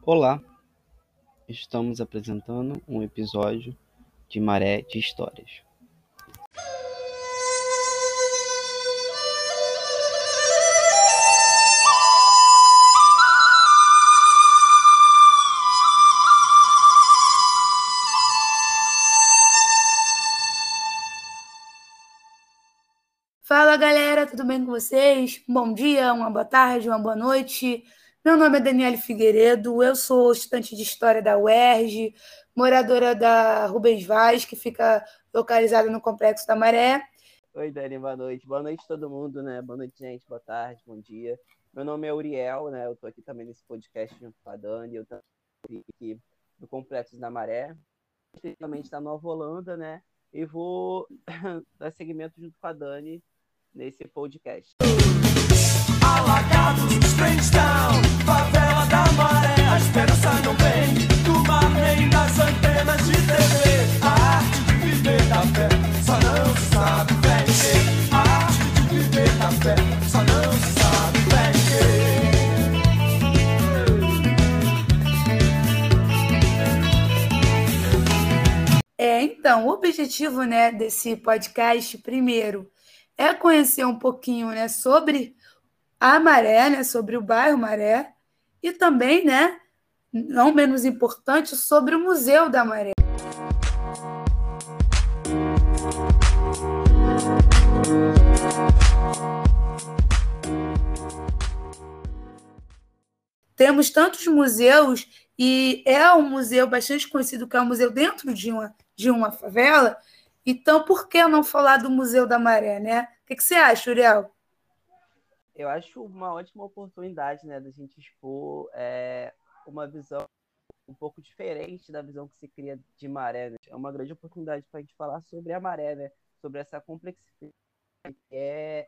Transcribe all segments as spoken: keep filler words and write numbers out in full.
Olá, estamos apresentando um episódio de Maré de Histórias. Fala galera, tudo bem com vocês? Bom dia, uma boa tarde, uma boa noite. Meu nome é Daniele Figueiredo, eu sou estudante de História da U E R J, moradora da Rubens Vaz, que fica localizada no Complexo da Maré. Oi, Dani, boa noite. Boa noite todo mundo, né? Boa noite, gente. Boa tarde, bom dia. Meu nome é Uriel, né? Eu tô aqui também nesse podcast junto com a Dani. Eu também aqui do Complexo da Maré, especificamente da Nova Holanda, né? E vou dar seguimento junto com a Dani nesse podcast. Alagados, Springstown, favela da Maré, a esperança não vem do mar nem das antenas de T V. A arte de viver da fé só não se sabe vender. A arte de viver da fé só não se sabe vender. É, então, o objetivo, né, desse podcast, primeiro, é conhecer um pouquinho, né, sobre a Maré, né, sobre o bairro Maré, e também, né, não menos importante, sobre o Museu da Maré. Temos tantos museus e é um museu bastante conhecido, que é um museu dentro de uma, de uma favela. Então, por que não falar do Museu da Maré, né? O que, que você acha, Uriel? Eu acho uma ótima oportunidade, né, da gente expor é, uma visão um pouco diferente da visão que se cria de Maré, né? É uma grande oportunidade para a gente falar sobre a Maré, né? Sobre essa complexidade que é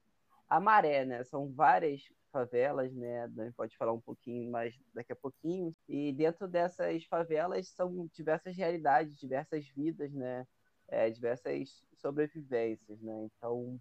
a Maré, né? São várias favelas, né? A gente pode falar um pouquinho mais daqui a pouquinho. E dentro dessas favelas são diversas realidades, diversas vidas, né? É, diversas sobrevivências, né? Então,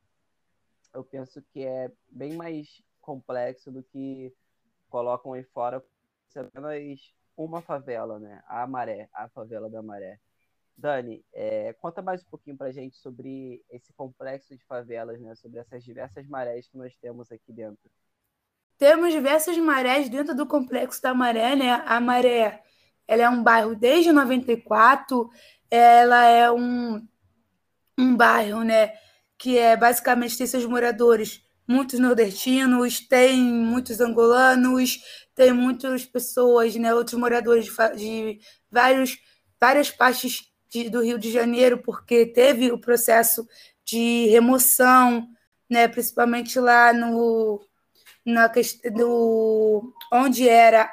eu penso que é bem mais complexo do que colocam aí fora apenas uma favela, né? A Maré, a favela da Maré. Dani, é, conta mais um pouquinho pra gente sobre esse complexo de favelas, né? Sobre essas diversas marés que nós temos aqui dentro. Temos diversas marés dentro do Complexo da Maré, né? A Maré, ela é um bairro desde noventa e quatro, ela é um, um bairro, né, que é basicamente tem seus moradores, muitos nordestinos, tem muitos angolanos, tem muitas pessoas, né, outros moradores de, de vários, várias partes de, do Rio de Janeiro, porque teve o processo de remoção, né, principalmente lá no, na questão do, onde era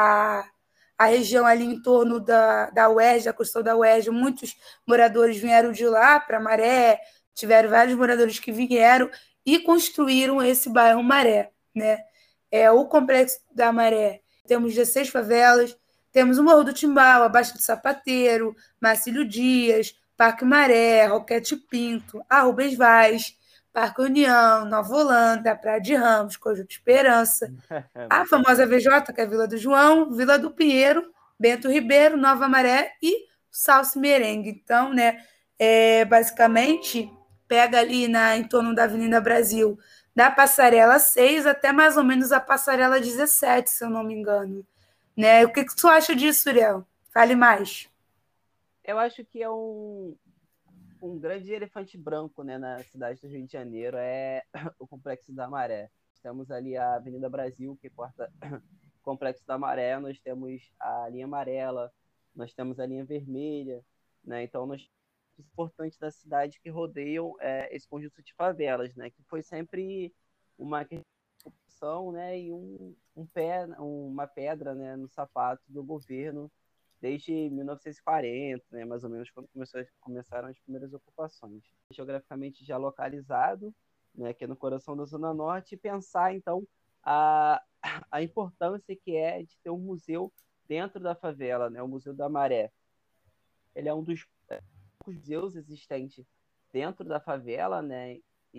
a a região ali em torno da, da U E R J, a construção da U E R J, muitos moradores vieram de lá para Maré, tiveram vários moradores que vieram e construíram esse bairro Maré, né? É o Complexo da Maré. Temos dezesseis favelas, temos o Morro do Timbal, a Baixa do Sapateiro, Marcílio Dias, Parque Maré, Roquete Pinto, a Rubens Vaz, Parque União, Nova Holanda, Praia de Ramos, Conjunto Esperança, a famosa V J, que é a Vila do João, Vila do Pinheiro, Bento Ribeiro, Nova Maré e Salso Merengue. Então, né, é, basicamente, pega ali na, em torno da Avenida Brasil, da Passarela seis até mais ou menos a Passarela dezessete, se eu não me engano. Né? O que, que tu acha disso, Uriel? Fale mais. Eu acho que é um, um grande elefante branco, né, na cidade do Rio de Janeiro, é o Complexo da Maré. Temos ali a Avenida Brasil, que corta o Complexo da Maré, nós temos a linha amarela, nós temos a linha vermelha, né? Então, nós temos importantes da cidade que rodeiam é, esse conjunto de favelas, né? Que foi sempre uma questão, né? E um, um pé, uma pedra, né, no sapato do governo desde mil novecentos e quarenta, né, mais ou menos, quando começou, começaram as primeiras ocupações. Geograficamente já localizado, né, aqui no coração da Zona Norte, e pensar, então, a, a importância que é de ter um museu dentro da favela, né, o Museu da Maré. Ele é um dos poucos museus existentes dentro da favela, né,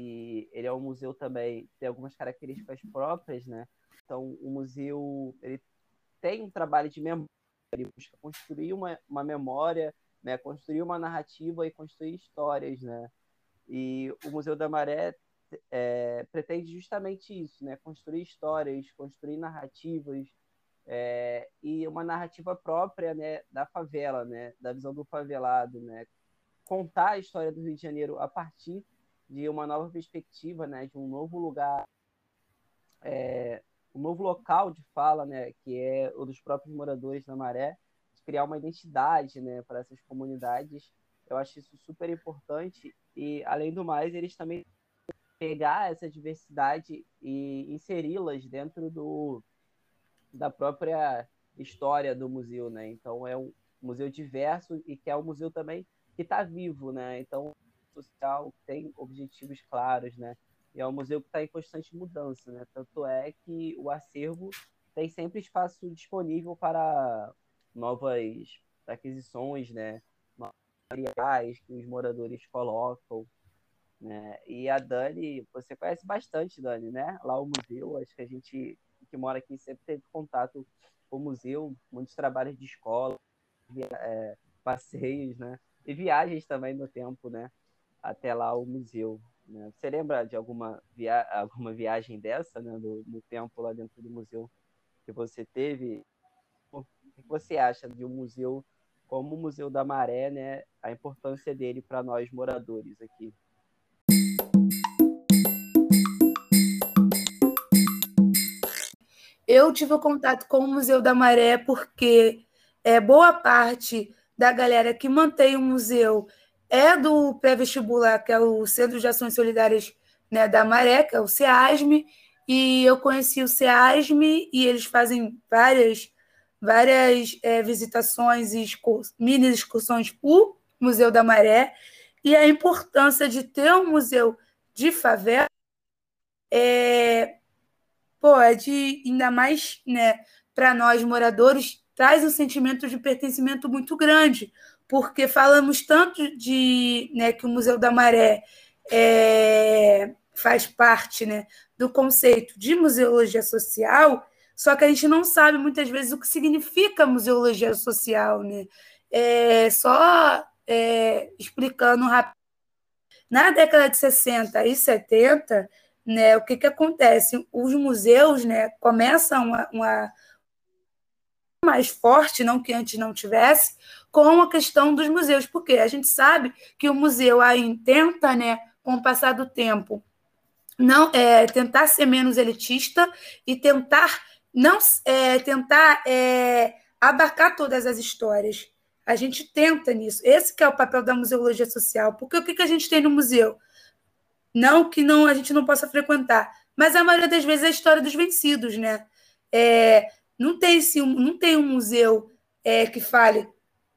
e ele é um museu também, tem algumas características próprias, né, então o museu, ele tem um trabalho de memória, ele busca construir uma, uma memória, né, construir uma narrativa e construir histórias, né? E o Museu da Maré é, pretende justamente isso, né? Construir histórias, construir narrativas, é, e uma narrativa própria, né, da favela, né, da visão do favelado, né? Contar a história do Rio de Janeiro a partir de uma nova perspectiva, né, de um novo lugar, é, um novo local de fala, né, que é o dos próprios moradores da Maré, de criar uma identidade, né, para essas comunidades. Eu acho isso super importante e, além do mais, eles também pegar essa diversidade e inseri-las dentro do, da própria história do museu, né? Então é um museu diverso e que é um museu também que está vivo, né? Então social tem objetivos claros, né? E é um museu que está em constante mudança, né? Tanto é que o acervo tem sempre espaço disponível para novas aquisições, né? Novos materiais que os moradores colocam, né? E a Dani, você conhece bastante, Dani, né? Lá o museu, acho que a gente que mora aqui sempre teve contato com o museu, muitos trabalhos de escola, é, passeios, né? E viagens também no tempo, né? Até lá o museu, né? Você lembra de alguma, via... alguma viagem dessa, né? Do, no tempo lá dentro do museu que você teve? O que você acha de um museu como o Museu da Maré, né? A importância dele para nós moradores aqui? Eu tive contato com o Museu da Maré porque é, boa parte da galera que mantém o museu é do pré-vestibular, que é o Centro de Ações Solidárias, né, da Maré, que é o CEASME, e eu conheci o CEASME e eles fazem várias, várias é, visitações e excurs- mini excursões por Museu da Maré, e a importância de ter um museu de favela é, pô, é de, ainda mais, né, para nós moradores, traz um sentimento de pertencimento muito grande, porque falamos tanto de, né, que o Museu da Maré é, faz parte, né, do conceito de museologia social, só que a gente não sabe muitas vezes o que significa museologia social, né? É, só é, explicando rápido. Na década de sessenta e setenta, né, o que, que acontece? Os museus, né, começam uma, uma mais forte, não que antes não tivesse, com a questão dos museus, porque a gente sabe que o museu aí tenta, né, com o passar do tempo, não é, tentar ser menos elitista e tentar não é, tentar é, abarcar todas as histórias. A gente tenta nisso. Esse que é o papel da museologia social. Porque o que, que a gente tem no museu? Não que não a gente não possa frequentar, mas a maioria das vezes é a história dos vencidos, né? É, não tem esse, não tem um museu é, que fale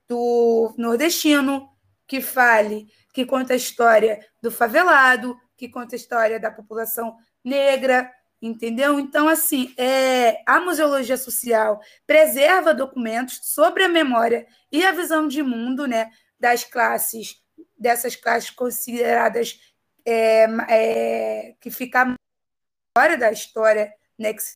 do nordestino, que fale, que conta a história do favelado, que conta a história da população negra, entendeu? Então, assim, é, a museologia social preserva documentos sobre a memória e a visão de mundo, né, das classes, dessas classes consideradas é, é, que fica fora da história, né, que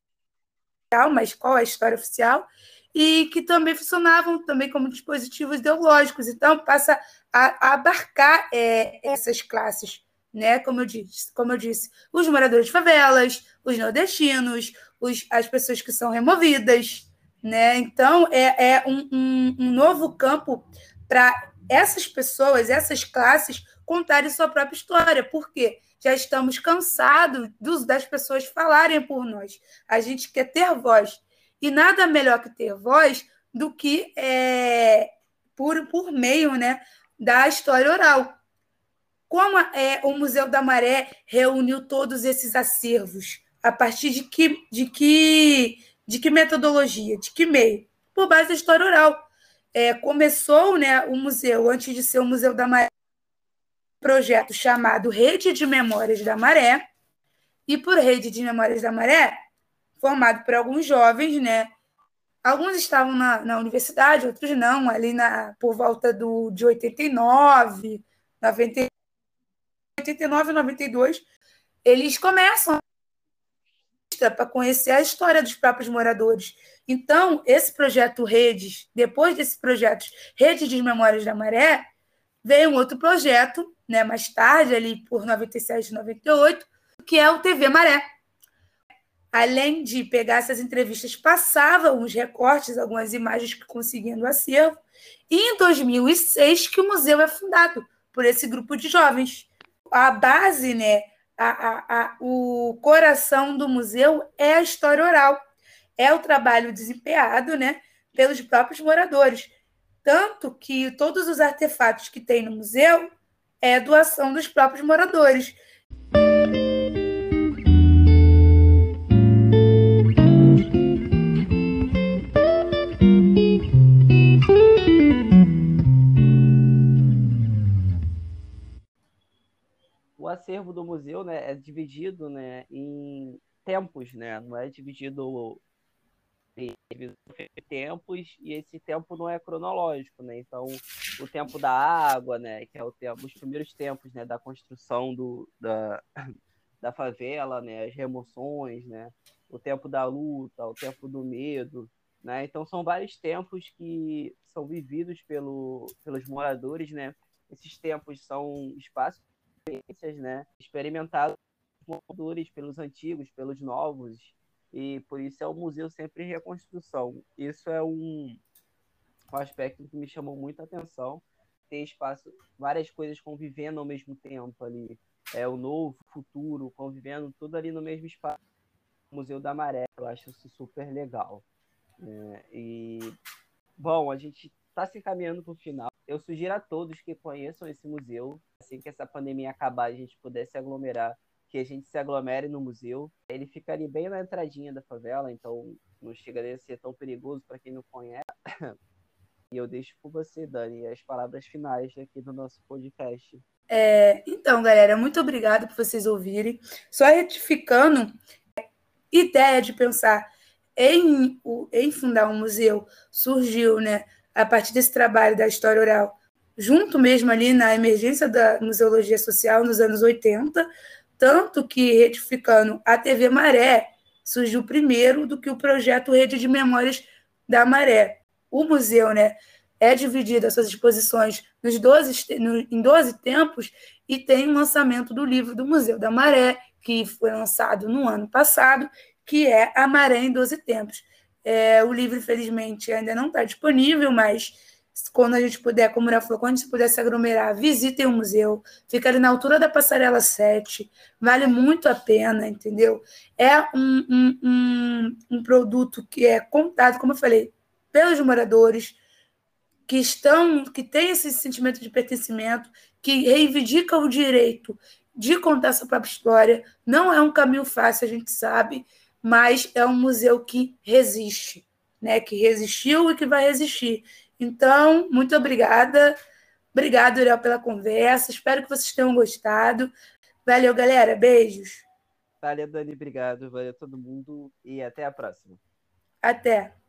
mas qual é a história oficial, e que também funcionavam também como dispositivos ideológicos. Então, passa a, a abarcar é, essas classes, né? Como eu disse, como eu disse, os moradores de favelas, os nordestinos, os, as pessoas que são removidas, né? Então, é, é um, um, um novo campo para essas pessoas, essas classes, contarem sua própria história. Por quê? Já estamos cansados dos, das pessoas falarem por nós. A gente quer ter voz. E nada melhor que ter voz do que é, por, por meio, né, da história oral. Como é, o Museu da Maré reuniu todos esses acervos? A partir de que, de que, de que metodologia? De que meio? Por base da história oral. É, começou, né, o museu, antes de ser o Museu da Maré, projeto chamado Rede de Memórias da Maré, e por Rede de Memórias da Maré, formado por alguns jovens, né? Alguns estavam na, na universidade, outros não, ali na, por volta do, de oitenta e nove, noventa, oitenta e nove, noventa e dois, eles começam vista para conhecer a história dos próprios moradores. Então, esse projeto Redes, depois desse projeto Rede de Memórias da Maré, veio um outro projeto, né, mais tarde, ali por noventa e sete, noventa e oito, que é o T V Maré. Além de pegar essas entrevistas, passava uns recortes, algumas imagens que conseguiam do acervo. E em dois mil e seis que o museu é fundado por esse grupo de jovens. A base, né, a, a, a, o coração do museu é a história oral. É o trabalho desempenhado, né, pelos próprios moradores. Tanto que todos os artefatos que tem no museu é doação dos próprios moradores. O acervo do museu, né, é dividido, né, em tempos, né? Não é dividido em tempos, e esse tempo não é cronológico, né? Então, o tempo da água, né, que é o tempo, os primeiros tempos, né, da construção do, da, da favela, né, as remoções, né, o tempo da luta, o tempo do medo, né? Então, são vários tempos que são vividos pelo, pelos moradores, né? Esses tempos são espaços, né, experimentados pelos moradores, pelos antigos, pelos novos, e por isso é o museu sempre em reconstrução. Isso é um, um aspecto que me chamou muita atenção, ter espaço, várias coisas convivendo ao mesmo tempo ali, é o novo, o futuro, convivendo tudo ali no mesmo espaço. O Museu da Maré, eu acho isso super legal. É, e, bom, a gente está se encaminhando para o final. Eu sugiro a todos que conheçam esse museu, assim que essa pandemia acabar, a gente puder se aglomerar, que a gente se aglomere no museu. Ele fica ali bem na entradinha da favela, então não chega a ser tão perigoso para quem não conhece. E eu deixo com você, Dani, as palavras finais aqui do nosso podcast. É, então, galera, muito obrigada por vocês ouvirem. Só retificando, a ideia de pensar em, em fundar um museu surgiu, né, a partir desse trabalho da história oral, junto mesmo ali na emergência da museologia social nos anos oitenta, tanto que, retificando, a T V Maré surgiu primeiro do que o projeto Rede de Memórias da Maré. O museu, né, é dividido as suas exposições nos doze, no, em doze tempos, e tem o lançamento do livro do Museu da Maré, que foi lançado no ano passado, que é A Maré em doze Tempos. É, o livro, infelizmente, ainda não está disponível, mas quando a gente puder, como ela falou, quando a gente puder se aglomerar, visitem o museu, fica ali na altura da Passarela sete, vale muito a pena, entendeu? É um, um, um, um produto que é contado, como eu falei, pelos moradores, que estão, que têm esse sentimento de pertencimento, que reivindica o direito de contar sua própria história. Não é um caminho fácil, a gente sabe, mas é um museu que resiste, né? Que resistiu e que vai resistir. Então, muito obrigada. Obrigado, Uriel, pela conversa. Espero que vocês tenham gostado. Valeu, galera. Beijos. Valeu, Dani. Obrigado. Valeu todo mundo. E até a próxima. Até.